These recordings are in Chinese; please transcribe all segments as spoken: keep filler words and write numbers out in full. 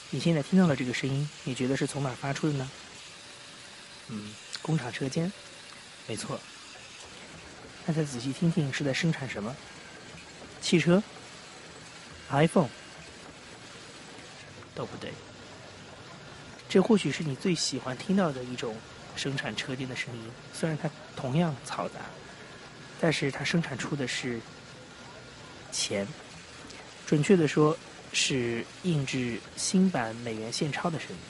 你现在听到了这个声音，你觉得是从哪儿发出的呢？嗯，工厂车间，没错。那再仔细听听，是在生产什么？汽车 ？iPhone？ 都不对。这或许是你最喜欢听到的一种生产车间的声音，虽然它同样嘈杂，但是它生产出的是钱。准确地说，是印制新版美元现钞的声音。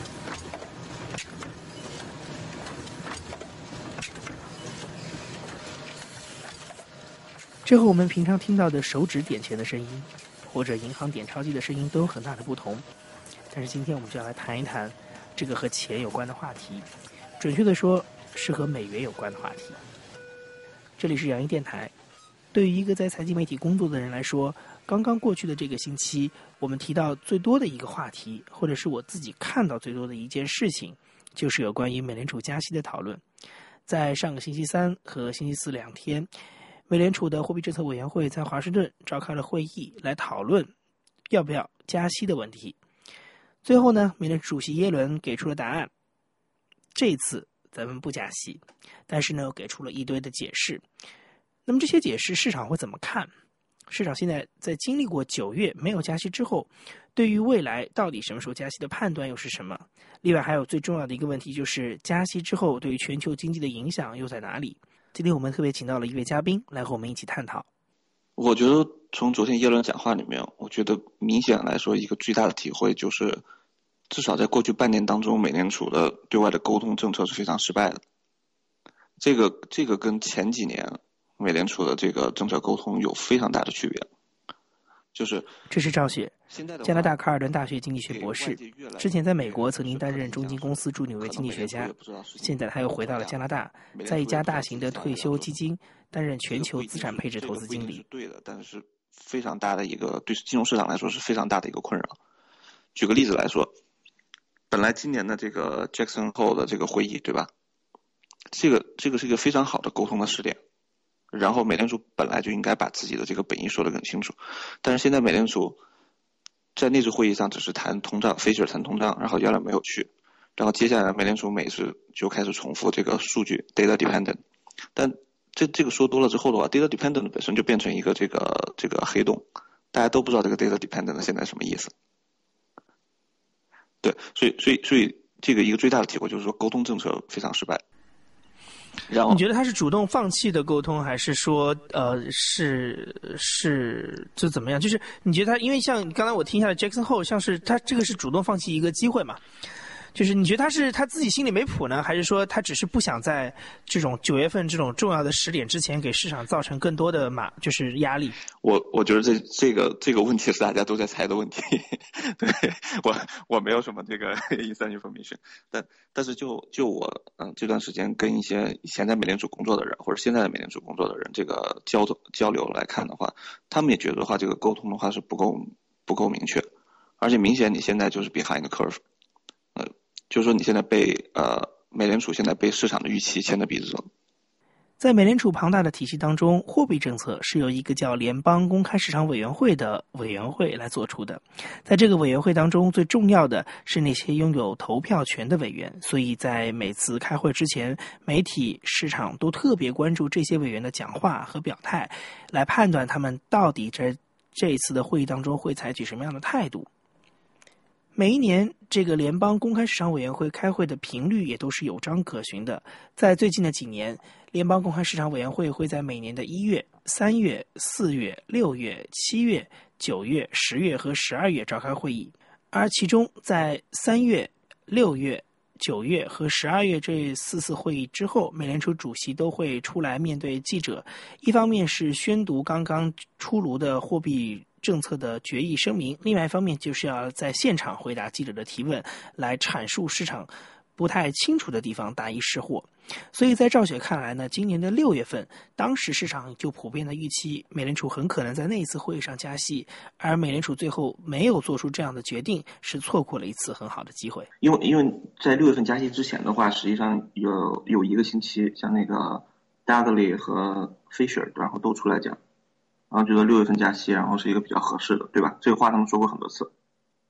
这和我们平常听到的手指点钱的声音，或者银行点钞机的声音都有很大的不同。但是今天我们就要来谈一谈这个和钱有关的话题，准确地说是和美元有关的话题。这里是洋音电台。对于一个在财经媒体工作的人来说，刚刚过去的这个星期，我们提到最多的一个话题，或者是我自己看到最多的一件事情，就是有关于美联储加息的讨论。在上个星期三和星期四两天，美联储的货币政策委员会在华盛顿召开了会议，来讨论要不要加息的问题。最后呢，美联储主席耶伦给出了答案，这次咱们不加息，但是呢，给出了一堆的解释。那么这些解释市场会怎么看？市场现在在经历过九月没有加息之后，对于未来到底什么时候加息的判断又是什么？另外还有最重要的一个问题，就是加息之后对于全球经济的影响又在哪里？今天我们特别请到了一位嘉宾来和我们一起探讨。 我觉得从昨天耶伦讲话里面，我觉得明显来说一个最大的体会就是，至少在过去半年当中，美联储的对外的沟通政策是非常失败的。这个这个跟前几年美联储的这个政策沟通有非常大的区别。就是这是赵雪，加拿大卡尔顿大学经济学博士，之前在美国曾经担任中金公司驻纽约经济学家，现在他又回到了加拿大，在一家大型的退休基金担任全球资产配置投资经理。 对的，但是非常大的一个对金融市场来说是非常大的一个困扰。举个例子来说，本来今年的这个 Jackson Hole 的这个会议，对吧？这个这个是一个非常好的沟通的时点。然后美联储本来就应该把自己的这个本意说得更清楚，但是现在美联储在那次会议上只是谈通胀，菲雪谈通胀，然后耶伦没有去，然后接下来美联储每次就开始重复这个数据 data dependent， 但这这个说多了之后的话 data dependent 本身就变成一个这个这个黑洞，大家都不知道这个 data dependent 现在什么意思。对，所以所以所以这个一个最大的体会就是说沟通政策非常失败。 你觉得他是主动放弃的沟通，还是说呃是是就怎么样？就是你觉得他，因为像刚才我听下来 Jackson Hole 像是他这个是主动放弃一个机会嘛？就是你觉得他是他自己心里没谱呢，还是说他只是不想在这种九月份这种重要的时点之前给市场造成更多的马就是压力？ 我我觉得这这个这个问题是大家都在猜的问题，对我我没有什么这个 inside information， 但但是就就我嗯这段时间跟一些以前在美联储工作的人或者现在在美联储工作的人这个交交流来看的话，他们也觉得的话这个沟通的话是不够不够明确，而且明显你现在就是 behind the curve。就是说你现在被呃美联储现在被市场的预期牵着鼻子走。 在美联储庞大的体系当中，货币政策是由一个叫联邦公开市场委员会的委员会来做出的。在这个委员会当中，最重要的是那些拥有投票权的委员，所以在每次开会之前，媒体市场都特别关注这些委员的讲话和表态，来判断他们到底在这一次的会议当中会采取什么样的态度。每一年，这个联邦公开市场委员会开会的频率也都是有章可循的。在最近的几年，联邦公开市场委员会会在每年的一月、三月、四月、六月、七月、九月、十月和十二月召开会议，而其中在三月、六月、九月和十二月这四次会议之后，美联储主席都会出来面对记者，一方面是宣读刚刚出炉的货币政策的决议声明，另外一方面就是要在现场回答记者的提问，来阐述市场不太清楚的地方，答疑释惑。所以在赵雪看来呢，今年的六月份，当时市场就普遍的预期美联储很可能在那一次会议上加息，而美联储最后没有做出这样的决定，是错过了一次很好的机会。 因为因为在六月份加息之前的话，实际上有有一个星期，像那个 Dudley 和 Fisher 然后都出来讲，然后觉得六月份加息然后是一个比较合适的，对吧？这个话他们说过很多次。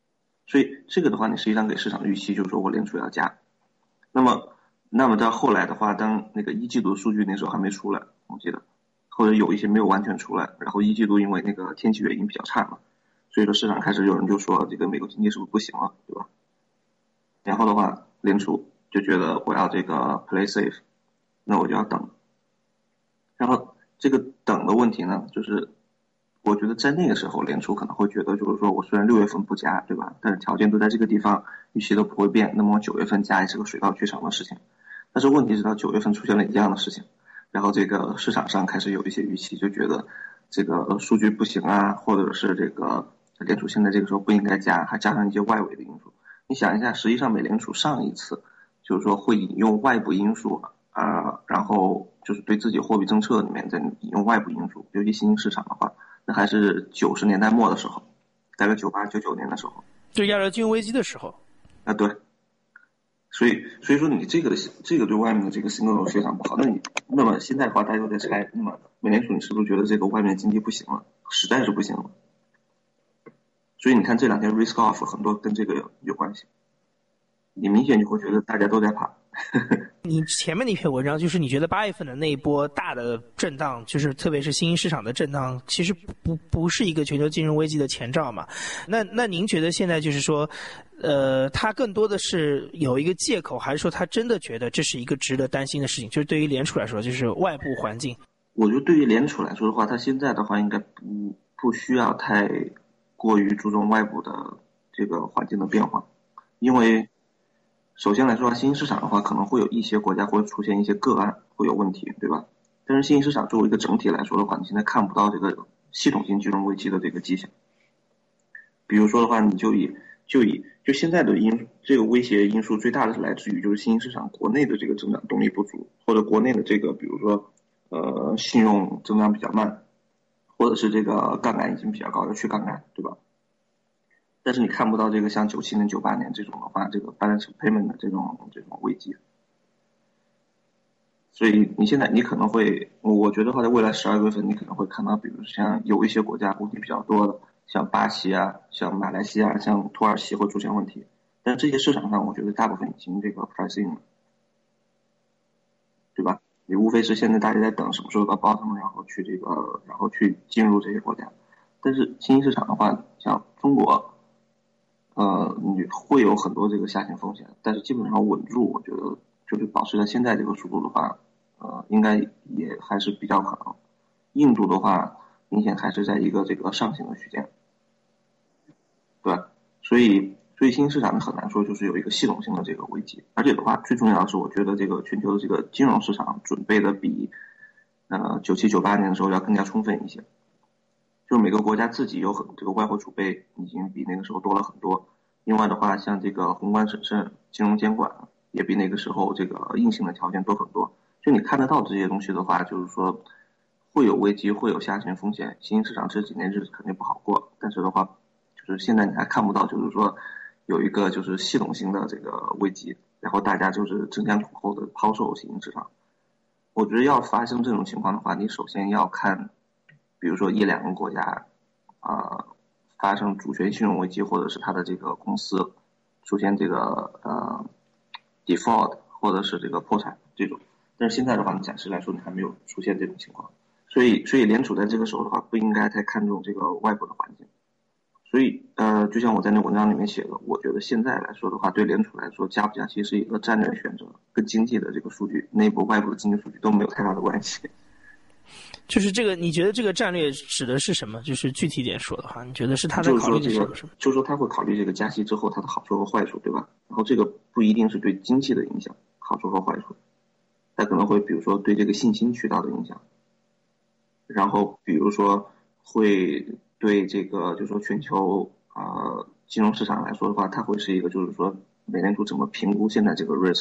所以这个的话，你实际上给市场的预期就是说我联储要加。那么，那么到后来的话，当那个一季度数据那时候还没出来，我记得，或者有一些没有完全出来，然后一季度因为那个天气原因比较差嘛，所以说市场开始有人就说这个美国经济是不是不行了，对吧？然后的话，联储就觉得我要这个 play safe， 那我就要等。然后这个等的问题呢，就是我觉得在那个时候，联储可能会觉得，就是说我虽然六月份不加，对吧？但是条件都在这个地方，预期都不会变，那么我九月份加也是个水到渠成的事情。但是问题是到九月份出现了一样的事情，然后这个市场上开始有一些预期，就觉得这个数据不行啊，或者是这个联储现在这个时候不应该加，还加上一些外围的因素。你想一下，实际上美联储上一次就是说会引用外部因素啊、呃，然后就是对自己货币政策里面再引用外部因素，尤其新兴市场的话，那还是九十年代末的时候，大概九八九九年的时候， 就亚洲金融危机的时候啊，对。所以，所以说你这个的这个对外面的这个 signal 非常不好。那你那么现在的话，大家都在猜，那么美联储你是不是觉得这个外面经济不行了，实在是不行了？所以你看这两天 risk off 很多跟这个有有关系，你明显就会觉得大家都在怕。 你前面那篇文章就是你觉得八月份的那一波大的震荡，就是特别是新兴市场的震荡，其实不不是一个全球金融危机的前兆嘛？那那您觉得现在就是说，呃，它更多的是有一个借口，还是说他真的觉得这是一个值得担心的事情？就是对于联储来说，就是外部环境。 我觉得对于联储来说的话，它现在的话应该不不需要太过于注重外部的这个环境的变化，因为首先来说，新兴市场的话，可能会有一些国家会出现一些个案会有问题，对吧？但是新兴市场作为一个整体来说的话，你现在看不到这个系统性金融危机的这个迹象。比如说的话，你就以就以就现在的因这个威胁因素最大的是来自于就是新兴市场国内的这个增长动力不足，或者国内的这个比如说呃信用增长比较慢，或者是这个杠杆已经比较高，要去杠杆，对吧？但是你看不到这个像九七年、九八年这种的话，这个 balance payment 的这种这种危机，所以你现在你可能会，我觉得话在未来十二月份你可能会看到，比如像有一些国家问题比较多的，像巴西啊、像马来西亚、像土耳其会出现问题，但是这些市场上我觉得大部分已经这个 pricing 了，对吧？你无非是现在大家在等什么时候到 bottom， 然后去这个，然后去进入这些国家。但是新兴市场的话，像中国。呃，你会有很多这个下行风险，但是基本上稳住，我觉得就是保持在现在这个速度的话，呃，应该也还是比较可能。印度的话，明显还是在一个这个上行的区间，对吧？所以，所以新兴市场很难说就是有一个系统性的这个危机，而且的话，最重要的是，我觉得这个全球的这个金融市场准备的比呃九七九八年的时候要更加充分一些。就是每个国家自己有很这个外汇储备已经比那个时候多了很多。另外的话，像这个宏观审慎、金融监管也比那个时候这个硬性的条件多很多。就你看得到这些东西的话，就是说会有危机，会有下行风险。新兴市场这几年日子肯定不好过，但是的话，就是现在你还看不到，就是说有一个就是系统性的这个危机，然后大家就是争先恐后的抛售新兴市场。我觉得要发生这种情况的话，你首先要看。比如说一两个国家，啊、呃，发生主权信用危机，或者是它的这个公司出现这个呃 default， 或者是这个破产这种。但是现在的话，暂时来说，你还没有出现这种情况。所以，所以联储在这个时候的话，不应该太看重这个外部的环境。所以，呃，就像我在那文章里面写的，我觉得现在来说的话，对联储来说，加不加息是一个战略选择，跟经济的这个数据、内部、外部的经济数据都没有太大的关系。 就是这个，你觉得这个战略指的是什么？就是具体点说的话，你觉得是他在考虑的什么？ 就是说、这个、就是说他会考虑这个加息之后它的好处和坏处，对吧？然后这个不一定是对经济的影响，好处和坏处，它可能会比如说对这个信心渠道的影响，然后比如说会对这个就是说全球啊、呃、金融市场来说的话，它会是一个就是说美联储怎么评估现在这个 risk。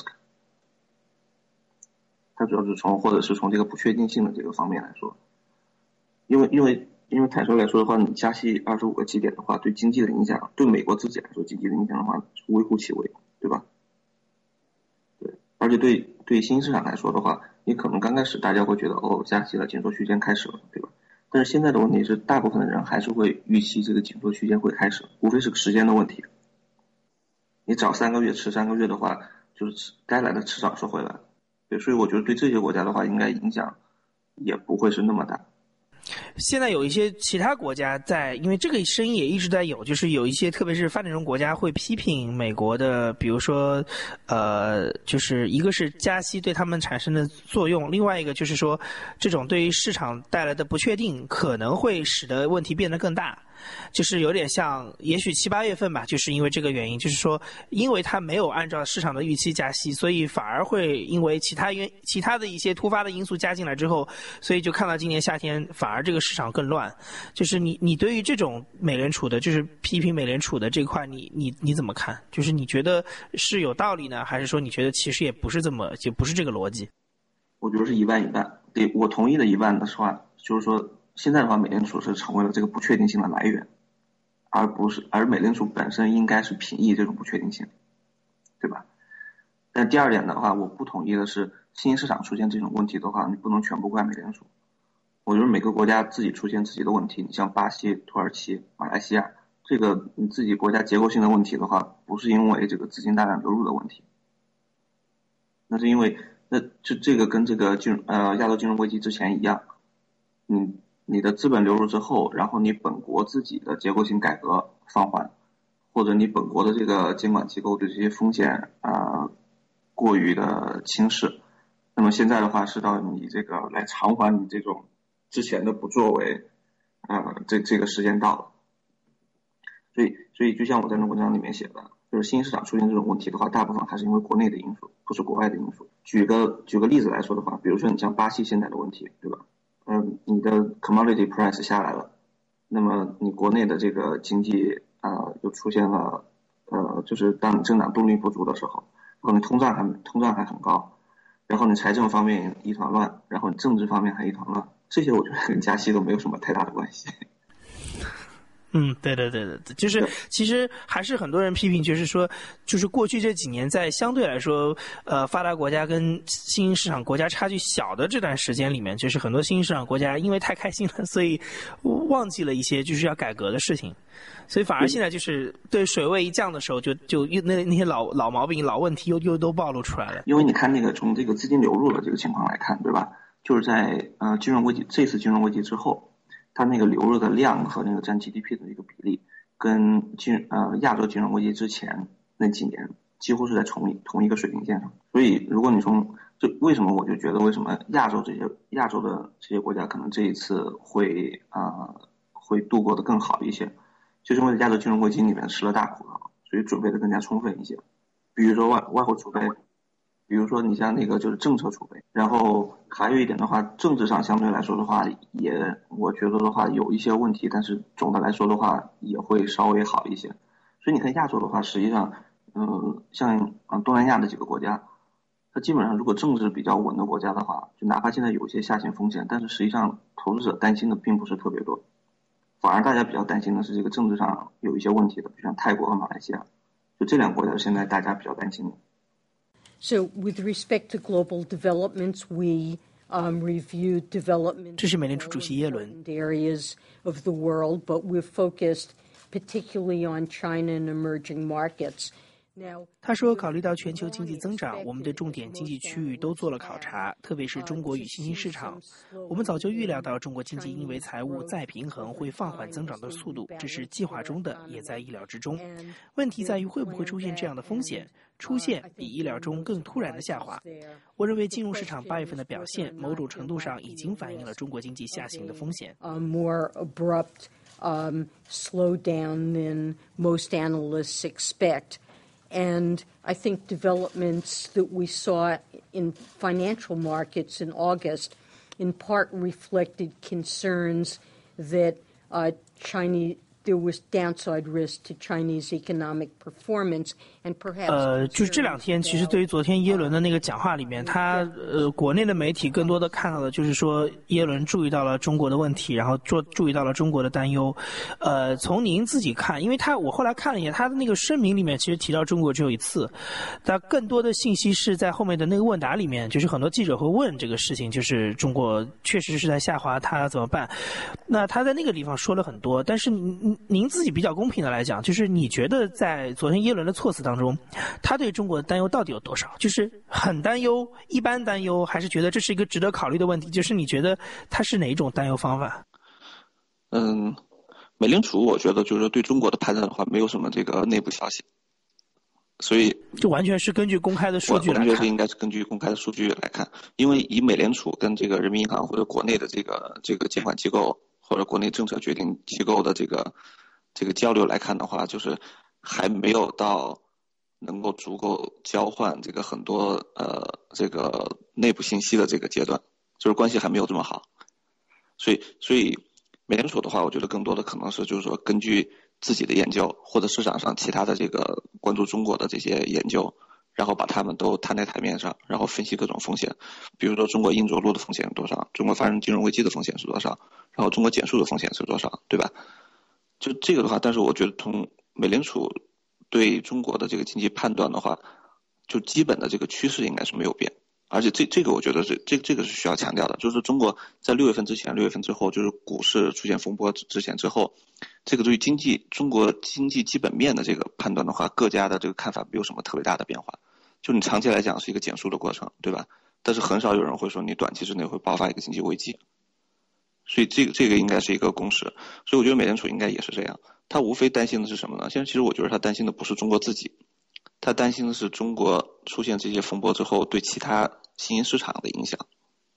它主要是从或者是从这个不确定性的这个方面来说，因为因为因为坦率来说的话，你加息二十五个基点的话，对经济的影响，对美国自己来说经济的影响的话，微乎其微，对吧？对，而且对对新兴市场来说的话，你可能刚开始大家会觉得哦，加息了，紧缩区间开始了，对吧？但是现在的问题是，大部分的人还是会预期这个紧缩区间会开始，无非是个时间的问题。 你早三个月迟三个月的话，就是该来的迟早是会来。对，所以我觉得对这些国家的话，应该影响也不会是那么大。 现在有一些其他国家在，因为这个声音也一直在有，就是有一些特别是发展中国家会批评美国的，比如说，呃，就是一个是加息对他们产生的作用，另外一个就是说，这种对于市场带来的不确定可能会使得问题变得更大。就是有点像，也许七八月份吧，就是因为这个原因，就是说，因为它没有按照市场的预期加息，所以反而会因为其他原其他的一些突发的因素加进来之后，所以就看到今年夏天反而这个市场更乱。就是你你对于这种美联储的，就是批评美联储的这块，你你你怎么看？就是你觉得是有道理呢，还是说你觉得其实也不是这么，就不是这个逻辑？ 我觉得是一半一半。对，我同意的一半的话，就是说。现在的话，美联储是成为了这个不确定性的来源，而不是而美联储本身应该是平抑这种不确定性，对吧？但第二点的话，我不同意的是，新兴市场出现这种问题的话，你不能全部怪美联储。我觉得每个国家自己出现自己的问题，你像巴西、土耳其、马来西亚，这个你自己国家结构性的问题的话，不是因为这个资金大量流入的问题，那是因为那这这个跟这个金呃亚洲金融危机之前一样，你。你的资本流入之后，然后你本国自己的结构性改革放缓，或者你本国的这个监管机构对这些风险呃过于的轻视，那么现在的话是到你这个来偿还你这种之前的不作为，呃这这个时间到了。所以所以就像我在那文章里面写的，就是新兴市场出现这种问题的话，大部分还是因为国内的因素，不是国外的因素。举个举个例子来说的话，比如说你像巴西现在的问题，对吧？嗯，你的 commodity price 下来了，那么你国内的这个经济呃又出现了呃，就是当你增长动力不足的时候，然后你通胀还通胀还很高，然后你财政方面一团乱，然后你政治方面还一团乱，这些我觉得跟加息都没有什么太大的关系。 嗯，对对对对，就是其实还是很多人批评，就是说，就是过去这几年在相对来说，呃，发达国家跟新兴市场国家差距小的这段时间里面，就是很多新兴市场国家因为太开心了，所以忘记了一些就是要改革的事情，所以反而现在就是对水位一降的时候，就就那那些老老毛病、老问题又又都暴露出来了。 因为你看那个从这个资金流入的这个情况来看，对吧？就是在呃金融危机这次金融危机之后。它那个流入的量和那个占 G D P 的一个比例，跟金呃亚洲金融危机之前那几年几乎是在同一同一个水平线上。所以，如果你从就为什么我就觉得为什么亚洲这些亚洲的这些国家可能这一次会啊、呃、会度过得更好一些，就是因为亚洲金融危机里面吃了大苦头，所以准备的更加充分一些。比如说外外汇储备。比如说你像那个就是政策储备，然后还有一点的话，政治上相对来说的话，也我觉得的话有一些问题，但是总的来说的话也会稍微好一些。所以你看亚洲的话，实际上，嗯、呃，像啊东南亚的几个国家，它基本上如果政治比较稳的国家的话，就哪怕现在有一些下行风险，但是实际上投资者担心的并不是特别多，反而大家比较担心的是这个政治上有一些问题的，比如像泰国和马来西亚，就这两个国家现在大家比较担心的。 So, with respect to global developments, we um, reviewed development 这是美联储主席耶伦 areas of the world, but we've focused particularly on China and emerging markets. 他说，考虑到全球经济增长，我们对重点经济区域都做了考察，特别是中国与新兴市场。我们早就预料到中国经济因为财务再平衡会放缓增长的速度，这是计划中的，也在意料之中。问题在于会不会出现这样的风险，出现比意料中更突然的下滑。我认为金融市场八月份的表现，某种程度上已经反映了中国经济下行的风险。 A more abrupt um, slowdown than most analysts expect.And I think developments that we saw in financial markets in August in part reflected concerns that uh, Chinese, there was downside risk to Chinese economic performance and perhaps 呃，就是这两天，其实对于昨天耶伦的那个讲话里面，他呃，国内的媒体更多的看到的就是说，耶伦注意到了中国的问题，然后注注意到了中国的担忧。呃，从您自己看，因为他我后来看了一下他的那个声明里面，其实提到中国只有一次，但更多的信息是在后面的那个问答里面，就是很多记者会问这个事情，就是中国确实是在下滑，他怎么办？那他在那个地方说了很多，但是你您自己比较公平的来讲，就是你觉得在昨天耶伦的措辞当中，他对中国的担忧到底有多少？就是很担忧、一般担忧，还是觉得这是一个值得考虑的问题？就是你觉得他是哪一种担忧方法？ 嗯，美联储我觉得就是对中国的判断的话，没有什么这个内部消息，所以就完全是根据公开的数据来看。 我觉得应该是根据公开的数据来看，因为以美联储跟这个人民银行或者国内的这个这个监管机构或者国内政策决定机构的这个这个交流来看的话，就是还没有到能够足够交换这个很多呃这个内部信息的这个阶段，就是关系还没有这么好，所以所以美联储的话，我觉得更多的可能是就是说根据自己的研究或者市场上其他的这个关注中国的这些研究，然后把它们都摊在台面上，然后分析各种风险，比如说中国硬着陆的风险是多少，中国发生金融危机的风险是多少，然后中国减税的风险是多少，对吧？就这个的话，但是我觉得从美联储对中国的这个经济判断的话，就基本的这个趋势应该是没有变。而且这这个我觉得是这这个是需要强调的，就是中国在六月份之前、六月份之后，就是股市出现风波之前之后，这个对于经济中国经济基本面的这个判断的话，各家的这个看法没有什么特别大的变化。就你长期来讲是一个减速的过程，对吧？但是很少有人会说你短期之内会爆发一个经济危机，所以这个这个应该是一个共识。所以我觉得美联储应该也是这样，他无非担心的是什么呢？现在其实我觉得他担心的不是中国自己。他担心的是中国出现这些风波之后对其他新兴市场的影响，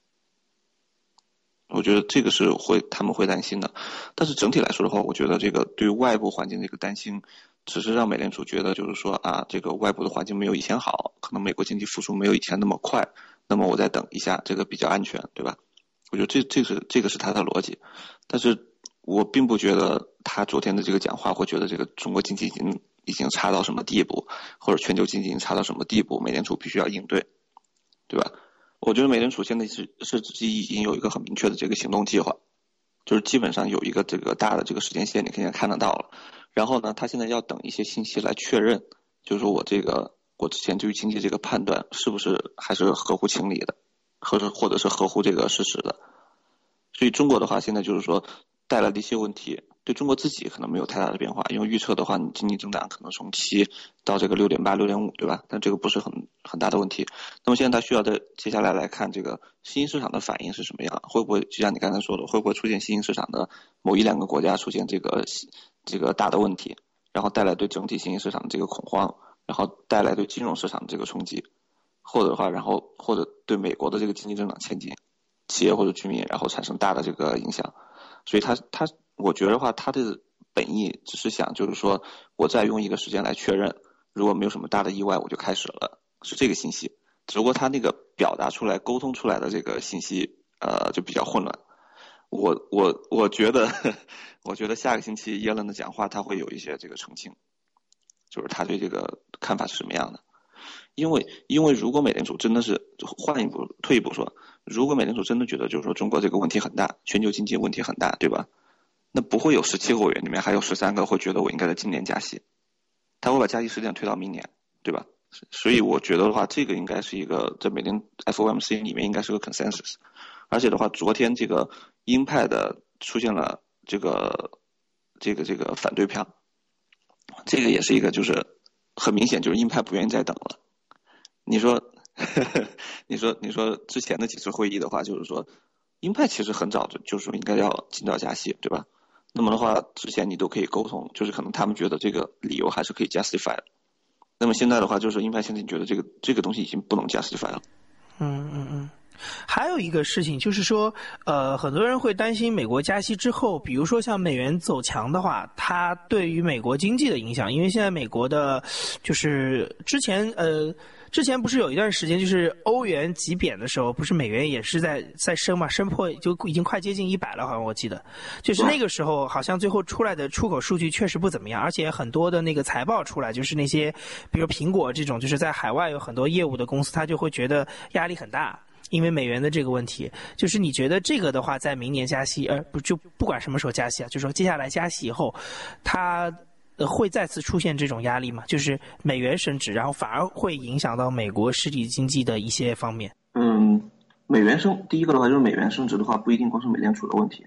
我觉得这个是会他们会担心的。但是整体来说的话，我觉得这个对于外部环境的一个担心，只是让美联储觉得就是说啊，这个外部的环境没有以前好，可能美国经济复苏没有以前那么快，那么我再等一下，这个比较安全，对吧？我觉得这这是这个是他的逻辑，但是我并不觉得他昨天的这个讲话会觉得这个中国经济已经已经差到什么地步，或者全球经济已经差到什么地步，美联储必须要应对，对吧？我觉得美联储现在是是自己已经有一个很明确的这个行动计划，就是基本上有一个这个大的这个时间线，你肯定看得到了。然后呢，他现在要等一些信息来确认，就是说我这个我之前对于经济这个判断是不是还是合乎情理的，或者或者是合乎这个事实的。所以中国的话，现在就是说带来的一些问题，对中国自己可能没有太大的变化，因为预测的话，你经济增长可能从七到这个六点八、六点五，对吧？但这个不是很很大的问题。那么现在他需要在接下来来看这个新兴市场的反应是什么样，会不会就像你刚才说的，会不会出现新兴市场的某一两个国家出现这个这个大的问题，然后带来对整体新兴市场的这个恐慌，然后带来对金融市场的这个冲击，或者的话，然后或者对美国的这个经济增长前景，企业或者居民，然后产生大的这个影响。所以他他我觉得的话，他的本意只是想就是说我再用一个时间来确认，如果没有什么大的意外我就开始了，是这个信息。只不过他那个表达出来沟通出来的这个信息呃就比较混乱。我我我觉得我觉得下个星期耶伦的讲话他会有一些这个澄清，就是他对这个看法是什么样的。因为因为如果美联储真的是换一步退一步说，如果美联储真的觉得就是说中国这个问题很大，全球经济问题很大，对吧？那不会有十七个委员里面还有十三个会觉得我应该在今年加息，他会把加息时间推到明年，对吧？所以我觉得的话，这个应该是一个在美联 F O M C 里面应该是个 consensus。而且的话，昨天这个鹰派的出现了这个这个这个反对票，这个也是一个就是很明显就是鹰派不愿意再等了。你说呵呵你说你说之前的几次会议的话，就是说鹰派其实很早就就是说应该要尽早加息，对吧？那么的话之前你都可以沟通，就是可能他们觉得这个理由还是可以 justify 的。那么现在的话就是鹰派现在觉得这个这个东西已经不能 justify 了。 嗯嗯嗯。还有一个事情就是说，呃，很多人会担心美国加息之后，比如说像美元走强的话，它对于美国经济的影响。因为现在美国的，就是之前呃，之前不是有一段时间就是欧元急贬的时候，不是美元也是在在升嘛，升破就已经快接近一百了，好像我记得，就是那个时候好像最后出来的出口数据确实不怎么样，而且很多的那个财报出来，就是那些比如苹果这种就是在海外有很多业务的公司，他就会觉得压力很大。因为美元的这个问题，就是你觉得这个的话，在明年加息，呃，不就不管什么时候加息啊，就是说接下来加息以后，它、呃、会再次出现这种压力吗？就是美元升值，然后反而会影响到美国实体经济的一些方面。 嗯，美元升，第一个的话就是美元升值的话，不一定光是美联储的问题，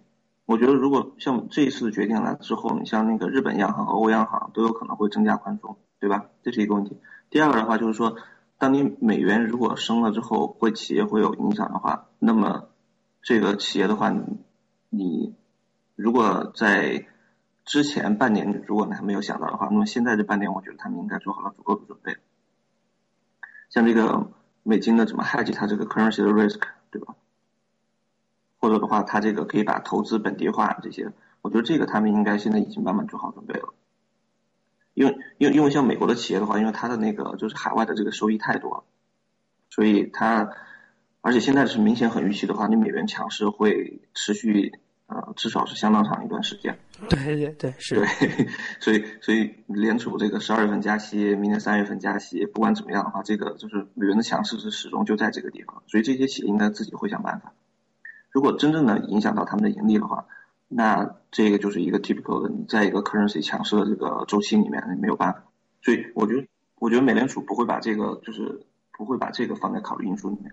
我觉得如果像这一次的决定来之后，你像那个日本央行和欧央行都有可能会增加宽松，对吧？这是一个问题。第二个的话就是说，当你美元如果升了之后，会企业会有影响的话，那么这个企业的话，你你如果在之前半年如果你还没有想到的话，那么现在这半年我觉得他们应该做好了足够的准备。像这个美金的怎么 hedge 它这个 currency 的 risk， 对吧？或者的话，它这个可以把投资本地化这些，我觉得这个他们应该现在已经慢慢做好准备了。因为因为因为像美国的企业的话，因为它的那个就是海外的这个收益太多了，所以它而且现在是明显很预期的话，你美元强势会持续呃至少是相当长一段时间。 对对对，是。 对，所以所以联储这个十二月份加息，明年三月份加息，不管怎么样的话，这个就是美元的强势是始终就在这个地方，所以这些企业应该自己会想办法。如果真正的影响到他们的盈利的话，那这个就是一个 typical 的，你在一个 currency 强势的这个周期里面没有办法。所以我觉得，我觉得美联储不会把这个就是不会把这个放在考虑因素里面。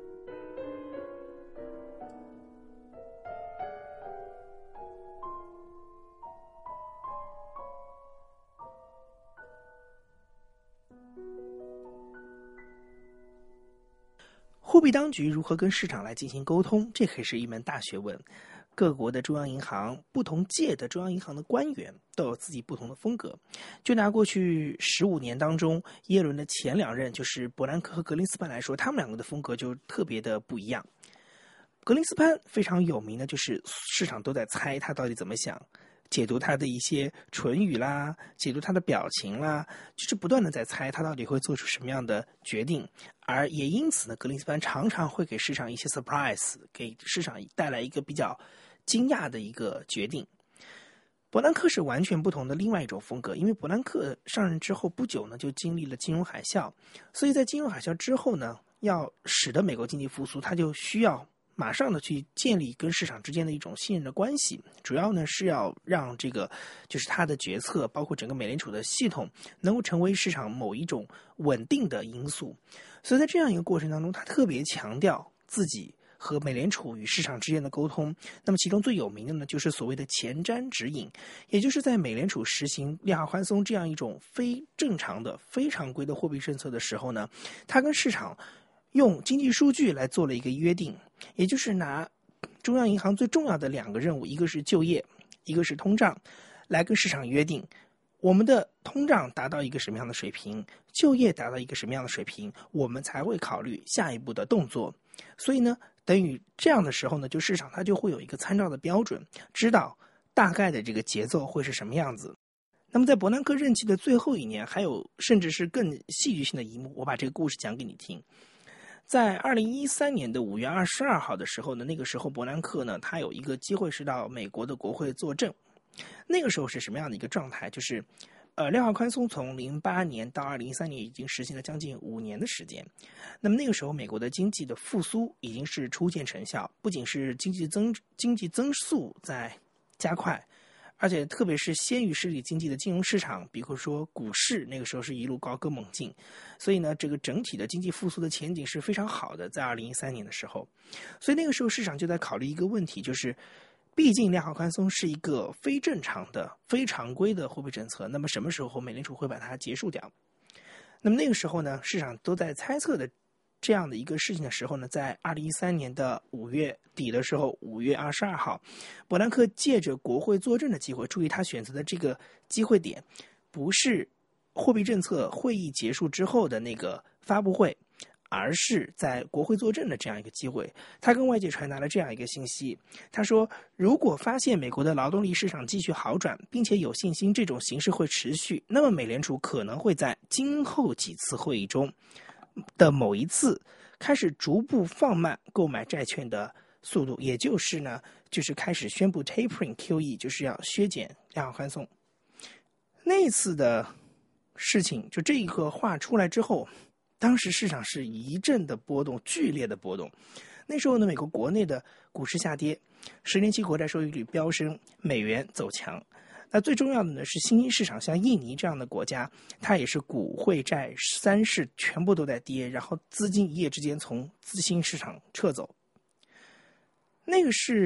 货币当局如何跟市场来进行沟通，这可是一门大学问。各国的中央银行、不同届的中央银行的官员都有自己不同的风格。就拿过去十五年当中，耶伦的前两任就是伯南克和格林斯潘来说，他们两个的风格就特别的不一样。格林斯潘非常有名的就是市场都在猜他到底怎么想，解读他的一些唇语啦，解读他的表情啦，就是不断的在猜他到底会做出什么样的决定。而也因此呢，格林斯潘常常会给市场一些 surprise， 给市场带来一个比较惊讶的一个决定。伯南克是完全不同的另外一种风格，因为伯南克上任之后不久呢，就经历了金融海啸，所以在金融海啸之后呢，要使得美国经济复苏，他就需要马上的去建立跟市场之间的一种信任的关系，主要呢是要让这个就是他的决策，包括整个美联储的系统，能够成为市场某一种稳定的因素。所以在这样一个过程当中，他特别强调自己和美联储与市场之间的沟通。那么其中最有名的呢，就是所谓的前瞻指引，也就是在美联储实行量化宽松这样一种非正常的、非常规的货币政策的时候呢，他跟市场用经济数据来做了一个约定，也就是拿中央银行最重要的两个任务，一个是就业，一个是通胀，来跟市场约定，我们的通胀达到一个什么样的水平，就业达到一个什么样的水平，我们才会考虑下一步的动作。所以呢，等于这样的时候呢，就市场它就会有一个参照的标准，知道大概的这个节奏会是什么样子。那么在伯南克任期的最后一年，还有甚至是更戏剧性的一幕，我把这个故事讲给你听。在二零一三年的五月二十二号的时候呢，那个时候伯南克呢，他有一个机会是到美国的国会作证。那个时候是什么样的一个状态？就是，呃，量化宽松从零八年到二零一三年已经实行了将近五年的时间。那么那个时候，美国的经济的复苏已经是初见成效，不仅是经济增经济增速在加快，而且特别是先于实体经济的金融市场，比如说股市，那个时候是一路高歌猛进，所以呢，这个整体的经济复苏的前景是非常好的。在二零一三年的时候，所以那个时候市场就在考虑一个问题，就是毕竟量化宽松是一个非正常的、非常规的货币政策，那么什么时候美联储会把它结束掉？那么那个时候呢，市场都在猜测的这样的一个事情的时候呢，在二零一三年的五月底的时候，五月二十二号，伯南克借着国会作证的机会，注意他选择的这个机会点，不是货币政策会议结束之后的那个发布会，而是在国会作证的这样一个机会。他跟外界传达了这样一个信息，他说，如果发现美国的劳动力市场继续好转，并且有信心这种形势会持续，那么美联储可能会在今后几次会议中的某一次开始逐步放慢购买债券的速度，也就是呢，就是开始宣布 tapering Q E， 就是要削减量化宽松。那一次的事情，就这一个话出来之后，当时市场是一阵的波动，剧烈的波动。那时候呢，美国国内的股市下跌，十年期国债收益率飙升，美元走强。那最重要的呢是新兴市场，像印尼这样的国家，它也是股汇债三市全部都在跌，然后资金一夜之间从新兴市场撤走。那个是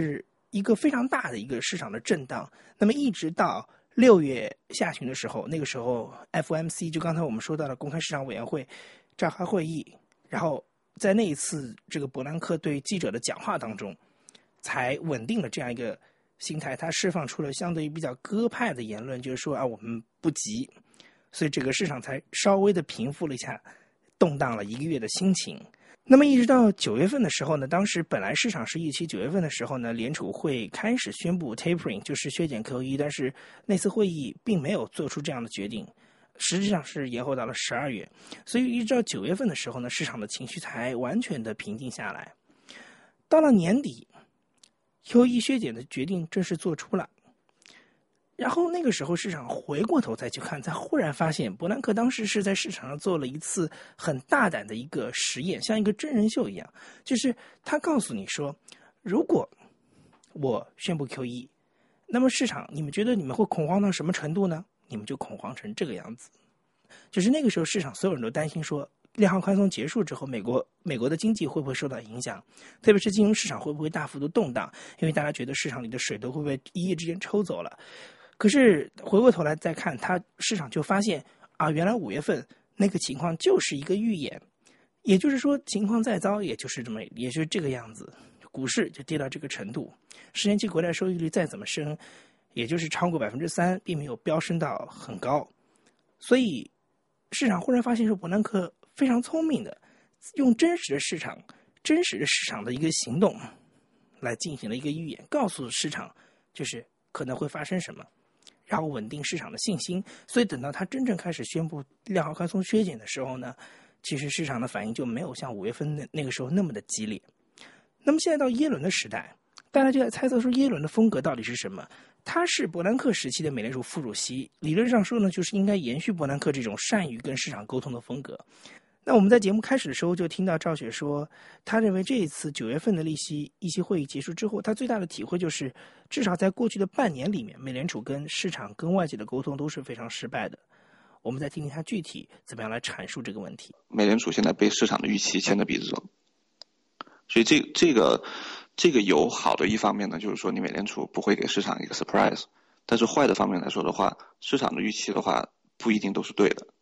一个非常大的一个市场的震荡。那么一直到六月下旬的时候，那个时候 F O M C 就刚才我们说到了公开市场委员会召开会议，然后在那一次这个伯南克对记者的讲话当中，才稳定了这样一个心态。他释放出了相对于比较鸽派的言论，就是说啊，我们不急，所以这个市场才稍微的平复了一下动荡了一个月的心情。那么一直到九月份的时候呢，当时本来市场是预期九月份的时候呢，联储会开始宣布 tapering， 就是削减 Q E， 但是那次会议并没有做出这样的决定，实际上是延后到了十二月，所以一直到九月份的时候呢，市场的情绪才完全的平静下来。到了年底 Q E 削减的决定正式做出了，然后那个时候市场回过头再去看，才忽然发现伯南克当时是在市场上做了一次很大胆的一个实验，像一个真人秀一样，就是他告诉你说，如果我宣布 Q E， 那么市场你们觉得你们会恐慌到什么程度呢？你们就恐慌成这个样子。就是那个时候市场所有人都担心说，量化宽松结束之后，美国美国的经济会不会受到影响，特别是金融市场会不会大幅度动荡，因为大家觉得市场里的水都会被一夜之间抽走了。可是回过头来再看，它市场就发现啊，原来五月份那个情况就是一个预演，也就是说情况再糟也就是这么也就是这个样子，股市就跌到这个程度，十年期国债收益率再怎么升，也就是超过百分之三，并没有飙升到很高。所以市场忽然发现说，伯南克非常聪明的用真实的市场真实的市场的一个行动来进行了一个预演，告诉市场就是可能会发生什么，然后稳定市场的信心。所以等到他真正开始宣布量化宽松削减的时候呢，其实市场的反应就没有像五月份那那个时候那么的激烈。那么现在到耶伦的时代，大家就在猜测说耶伦的风格到底是什么。他是伯南克时期的美联储副主席，理论上说呢，就是应该延续伯南克这种善于跟市场沟通的风格。那我们在节目开始的时候就听到赵雪说，他认为这一次九月份的利息议息会议结束之后，他最大的体会就是，至少在过去的半年里面，美联储跟市场跟外界的沟通都是非常失败的。我们再听听他具体怎么样来阐述这个问题。 美联储现在被市场的预期牵着鼻子走，所以这这个这个有好的一方面呢，就是说你美联储不会给市场一个 surprise， 但是坏的方面来说的话，市场的预期的话不一定都是对的。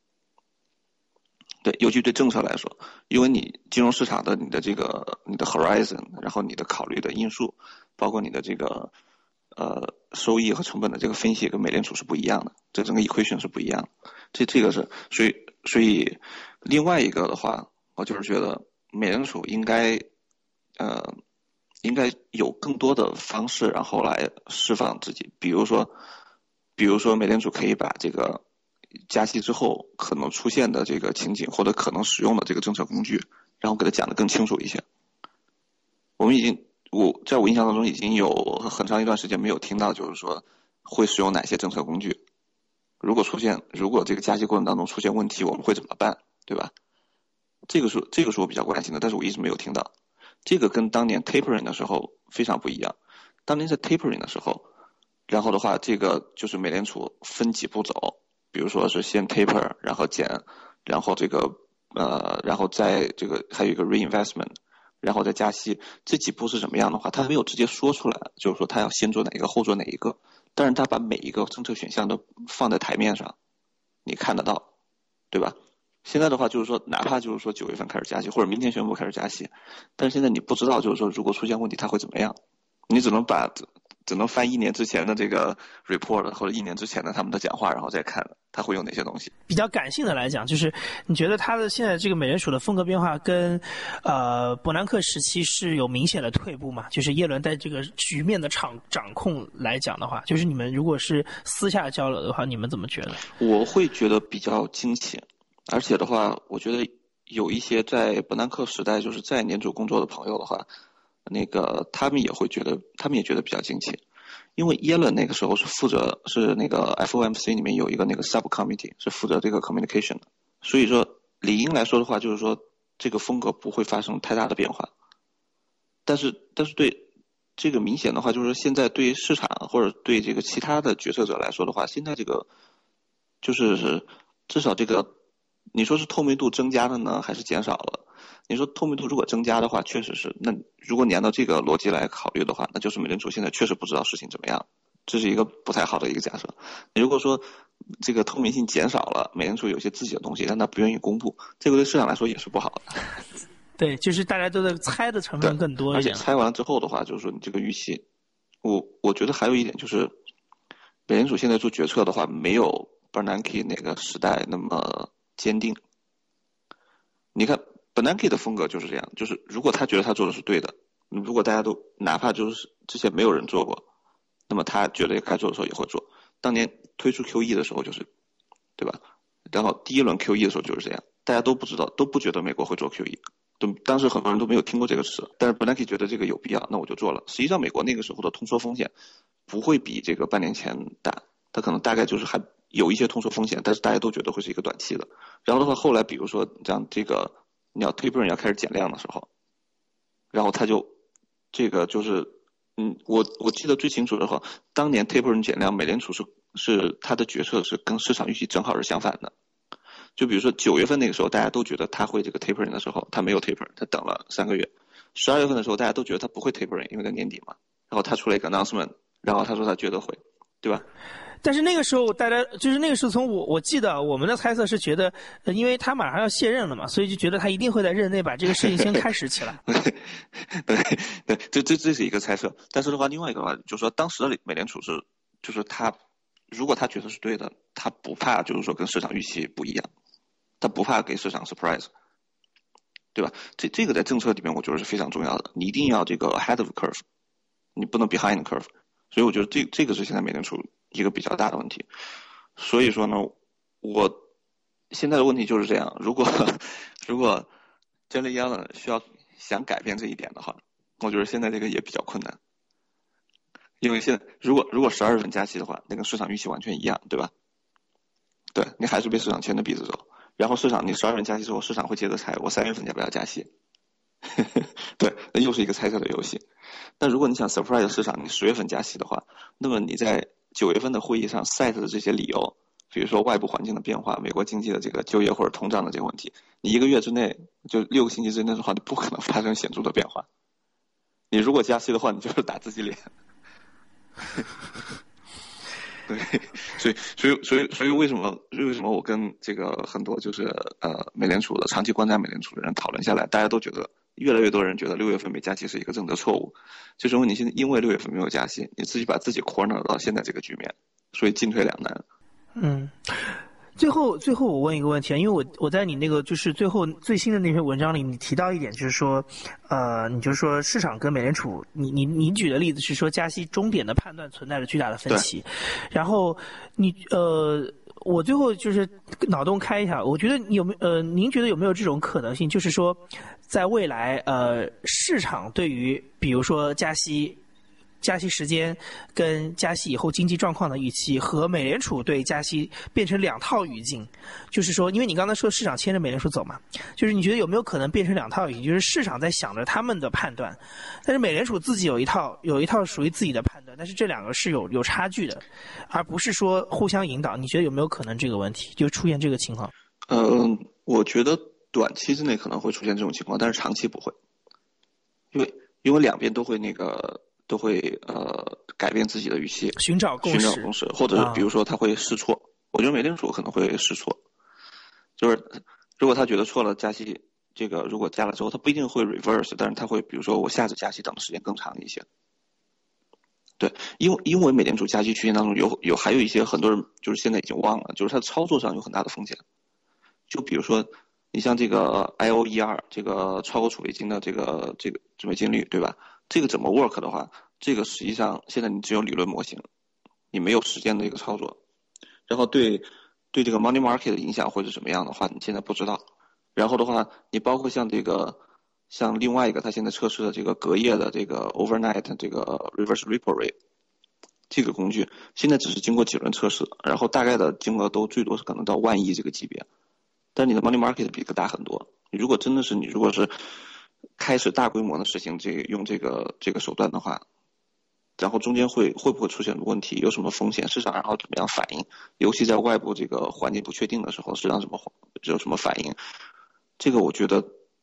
对，尤其对政策来说，因为你金融市场的你的这个你的 horizon， 然后你的考虑的因素，包括你的这个呃收益和成本的这个分析，跟美联储是不一样的，这整个 equation 是不一样的。这这个是，所以所以另外一个的话，我就是觉得美联储应该呃应该有更多的方式，然后来释放自己，比如说比如说美联储可以把这个加息之后可能出现的这个情景，或者可能使用的这个政策工具，然后给它讲得更清楚一些。我们已经，我在我印象当中已经有很长一段时间没有听到，就是说会使用哪些政策工具。如果出现，如果这个加息过程当中出现问题，我们会怎么办，对吧？这个是这个是我比较关心的，但是我一直没有听到。这个跟当年 tapering 的时候非常不一样。当年在 tapering 的时候，然后的话，这个就是美联储分几步走。比如说是先 taper， 然后减，然后这个呃，然后再这个还有一个 reinvestment， 然后再加息，这几步是什么样的话，他没有直接说出来，就是说他要先做哪一个，后做哪一个，但是他把每一个政策选项都放在台面上，你看得到，对吧？现在的话就是说，哪怕就是说九月份开始加息，或者明天宣布开始加息，但是现在你不知道，就是说如果出现问题，它会怎么样，你只能把。只能翻一年之前的这个 report 或者一年之前的他们的讲话，然后再看他会有哪些东西。 比较感性的来讲，就是你觉得他的现在这个美联储的风格变化跟呃伯南克时期是有明显的退步嘛？就是耶伦在这个局面的掌掌控来讲的话，就是你们如果是私下交流的话，你们怎么觉得？ 我会觉得比较惊奇，而且的话，我觉得有一些在伯南克时代就是在联储工作的朋友的话。那个他们也会觉得，他们也觉得比较惊奇，因为耶伦那个时候是负责是那个 F O M C 里面有一个那个 subcommittee 是负责这个 communication 的，所以说理应来说的话，就是说这个风格不会发生太大的变化。但是但是对这个明显的话，就是说现在对市场或者对这个其他的决策者来说的话，现在这个就是至少这个你说是透明度增加了呢，还是减少了？ 你说透明度如果增加的话，确实是。那如果你按照这个逻辑来考虑的话，那就是美联储现在确实不知道事情怎么样，这是一个不太好的一个假设。你如果说这个透明性减少了，美联储有些自己的东西，但他不愿意公布，这个对市场来说也是不好的。 对，就是大家都在猜的成分更多一点。 而且猜完了之后的话，就是说你这个预期，我我觉得还有一点就是，美联储现在做决策的话，没有 Bernanke 那个时代那么坚定。你看 Bernanke 的风格就是这样，就是如果他觉得他做的是对的，如果大家都哪怕就是之前没有人做过，那么他觉得该做的时候也会做。当年推出 Q E 的时候就是，对吧？然后第一轮 Q E 的时候就是这样，大家都不知道，都不觉得美国会做 Q E， 都当时很多人都没有听过这个词，但是 Bernanke 觉得这个有必要，那我就做了。实际上美国那个时候的通缩风险不会比这个半年前大，它可能大概就是还有一些通缩风险，但是大家都觉得会是一个短期的。然后的话，后来比如说像这个你要 tapering 要开始减量的时候，然后他就这个就是嗯，我我记得最清楚的话，当年 tapering 减量，美联储是是他的决策是跟市场预期正好是相反的。就比如说九月份那个时候，大家都觉得他会这个 tapering 的时候，他没有 tapering， 他等了三个月。十二月份的时候，大家都觉得他不会 tapering， 因为在年底嘛。然后他出了一个 announcement， 然后他说他觉得会，对吧？ 但是那个时候，大家就是那个时候，从我我记得我们的猜测是觉得，呃，因为他马上要卸任了嘛，所以就觉得他一定会在任内把这个事情先开始起来。 对对，这这这是一个猜测。但是的话，另外一个话就是说，当时的美联储是，就是他如果他觉得是对的，他不怕就是说跟市场预期不一样，他不怕给市场 surprise， 对吧？这这个在政策里面我觉得是非常重要的，你一定要这个 ahead of curve， 你不能 behind curve。所以我觉得这这个是现在美联储一个比较大的问题。所以说呢，我现在的问题就是这样，如果如果 Janet Yellen 需要想改变这一点的话，我觉得现在这个也比较困难。因为现在如果如果十二月份加息的话，那跟市场预期完全一样，对吧？对，你还是被市场牵着鼻子走。然后市场你十二月份加息之后，市场会接着猜我三月份要不要加息。对，那又是一个猜测的游戏。但如果你想 surprise 市场，你十月份加息的话，那么你在九月份的会议上 set 的这些理由，比如说外部环境的变化、美国经济的这个就业或者通胀的这个问题，你一个月之内就六个星期之内的话，你不可能发生显著的变化。你如果加息的话，你就是打自己脸。对，所以所以所以所以为什么为什么我跟这个很多就是呃美联储的长期观察美联储的人讨论下来，大家都觉得越来越多人觉得六月份没加息是一个政策错误，就是因为你现在因为六月份没有加息，你自己把自己 corner 到现在这个局面，所以进退两难。 嗯。最后，最后我问一个问题啊，因为我我在你那个就是最后最新的那篇文章里，你提到一点，就是说，呃，你就说市场跟美联储，你你你举的例子是说加息终点的判断存在着巨大的分歧，然后你呃，我最后就是脑洞开一下，我觉得你有没有呃，您觉得有没有这种可能性，就是说，在未来呃，市场对于比如说加息。加息时间跟加息以后经济状况的预期和美联储对加息变成两套语境，就是说，因为你刚才说市场牵着美联储走嘛，就是你觉得有没有可能变成两套语境？就是市场在想着他们的判断，但是美联储自己有一套有一套属于自己的判断，但是这两个是有有差距的，而不是说互相引导。你觉得有没有可能这个问题就出现这个情况？ 嗯、呃，我觉得短期之内可能会出现这种情况，但是长期不会，因为因为两边都会那个。都会呃改变自己的预期， 寻找共识， 寻找共识，或者是比如说他会试错。啊、我觉得美联储可能会试错，就是如果他觉得错了，加息这个如果加了之后，他不一定会 reverse， 但是他会比如说我下次加息等的时间更长一些。对，因为因为美联储加息区间当中有有还有一些很多人就是现在已经忘了，就是它操作上有很大的风险。就比如说你像这个 I O E R 这个超额储备金的这个这个准备金率，对吧？这个怎么 work 的话，这个实际上现在你只有理论模型，你没有实践的一个操作，然后对对这个 money market 的影响会是什么样的话，你现在不知道。然后的话，你包括像这个像另外一个他现在测试的这个隔夜的这个 overnight 这个 reverse repo rate 这个工具，现在只是经过几轮测试，然后大概的金额都最多是可能到万亿这个级别，但你的 money market 比这个大很多。你如果真的是你如果是开始大规模的实行这个用这个这个手段的话，然后中间会会不会出现问题，有什么风险，市场然后怎么样反应，尤其在外部这个环境不确定的时候，市场怎么有什么反应，这个我觉得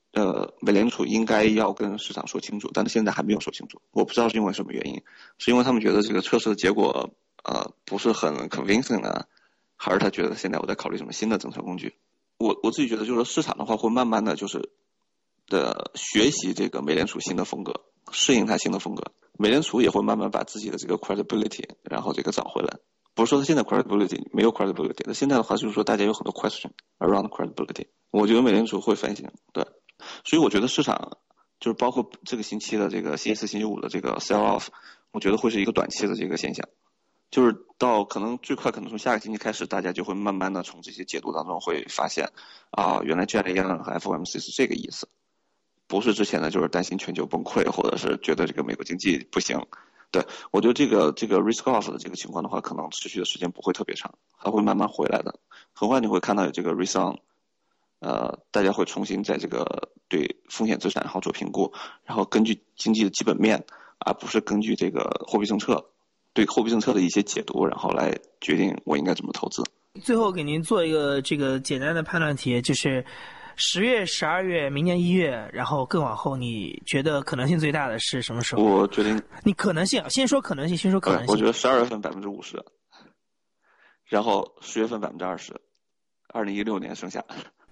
呃，美联储应该要跟市场说清楚，但是现在还没有说清楚。我不知道是因为什么原因，是因为他们觉得这个测试的结果呃不是很 convincing 呢，还是他觉得现在我在考虑什么新的政策工具？我我自己觉得，就是说市场的话会慢慢的就是的学习这个美联储新的风格，适应它新的风格。美联储也会慢慢把自己的这个 credibility 然后这个找回来。不是说他现在 credibility 没有 credibility， 那现在的话就是说大家有很多 question around credibility。我觉得美联储会反省，对。所以我觉得市场就是包括这个星期的这个星期四、星期五的这个 sell off， 我觉得会是一个短期的这个现象，就是到可能最快可能从下个星期开始，大家就会慢慢的从这些解读当中会发现啊，原来 Janet Yellen 和 F O M C 是这个意思，不是之前的就是担心全球崩溃，或者是觉得这个美国经济不行。对，我觉得这个这个 risk off 的这个情况的话，可能持续的时间不会特别长，还会慢慢回来的。很快你会看到有这个 risk on。呃，大家会重新在这个对风险资产然后做评估，然后根据经济的基本面，而不是根据这个货币政策对货币政策的一些解读，然后来决定我应该怎么投资。 最后给您做一个这个简单的判断题，就是十月、十二月、明年一月，然后更往后，你觉得可能性最大的是什么时候？ 我决定， 你可能性，先说可能性，先说可能性。 我觉得十二月份百分之五十，然后十月份百分之二十，二零一六年剩下。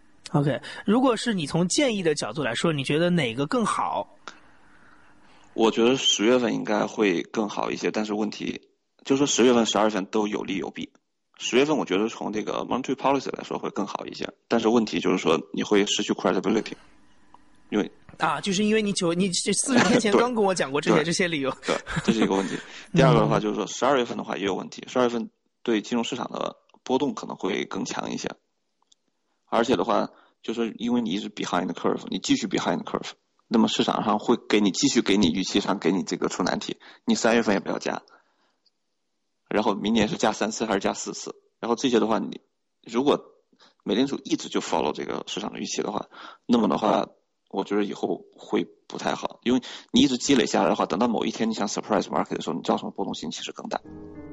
OK， 如果是你从建议的角度来说，你觉得哪个更好？ 我觉得十月份应该会更好一些，但是问题就是说十月份、十二月份都有利有弊。十月份我觉得从这个 monetary policy 来说会更好一些，但是问题就是说你会失去 credibility， 因为啊，就是因为你九你这四十天前刚跟我讲过这些这些理由， 对，这是一个问题。第二个的话就是说十二月份的话也有问题，十二月份对金融市场的波动可能会更强一些。而且的话，就是因为你一直 behind the curve， 你继续 behind the curve， 那么市场上会给你继续给你预期上给你这个出难题，你三月份也不要加，然后明年是加三次还是加四次，然后这些的话，你如果美联储一直就 follow 这个市场的预期的话，那么的话，我觉得以后会不太好，因为你一直积累下来的话，等到某一天你想 surprise market 的时候，你造成的波动性其实更大。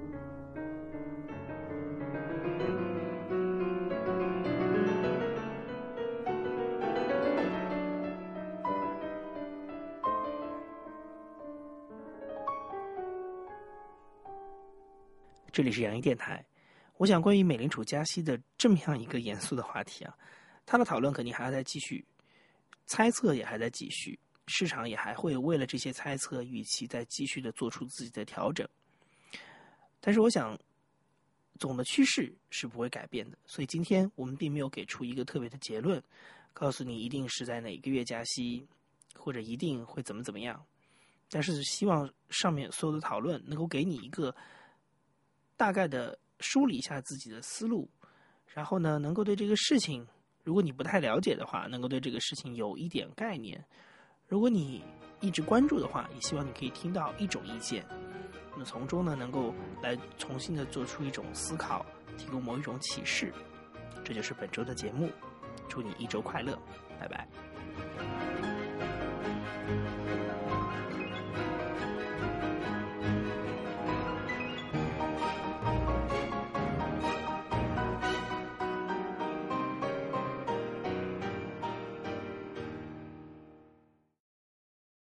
这里是洋溢电台，我想关于美联储加息的这么样一个严肃的话题啊，它的讨论肯定还要再继续，猜测也还在继续，市场也还会为了这些猜测预期再继续的做出自己的调整。但是我想，总的趋势是不会改变的，所以今天我们并没有给出一个特别的结论，告诉你一定是在哪个月加息，或者一定会怎么怎么样。但是希望上面所有的讨论能够给你一个大概的梳理一下自己的思路，然后呢，能够对这个事情，如果你不太了解的话，能够对这个事情有一点概念。如果你一直关注的话，也希望你可以听到一种意见，那么从中呢，能够来重新的做出一种思考，提供某一种启示。这就是本周的节目，祝你一周快乐，拜拜。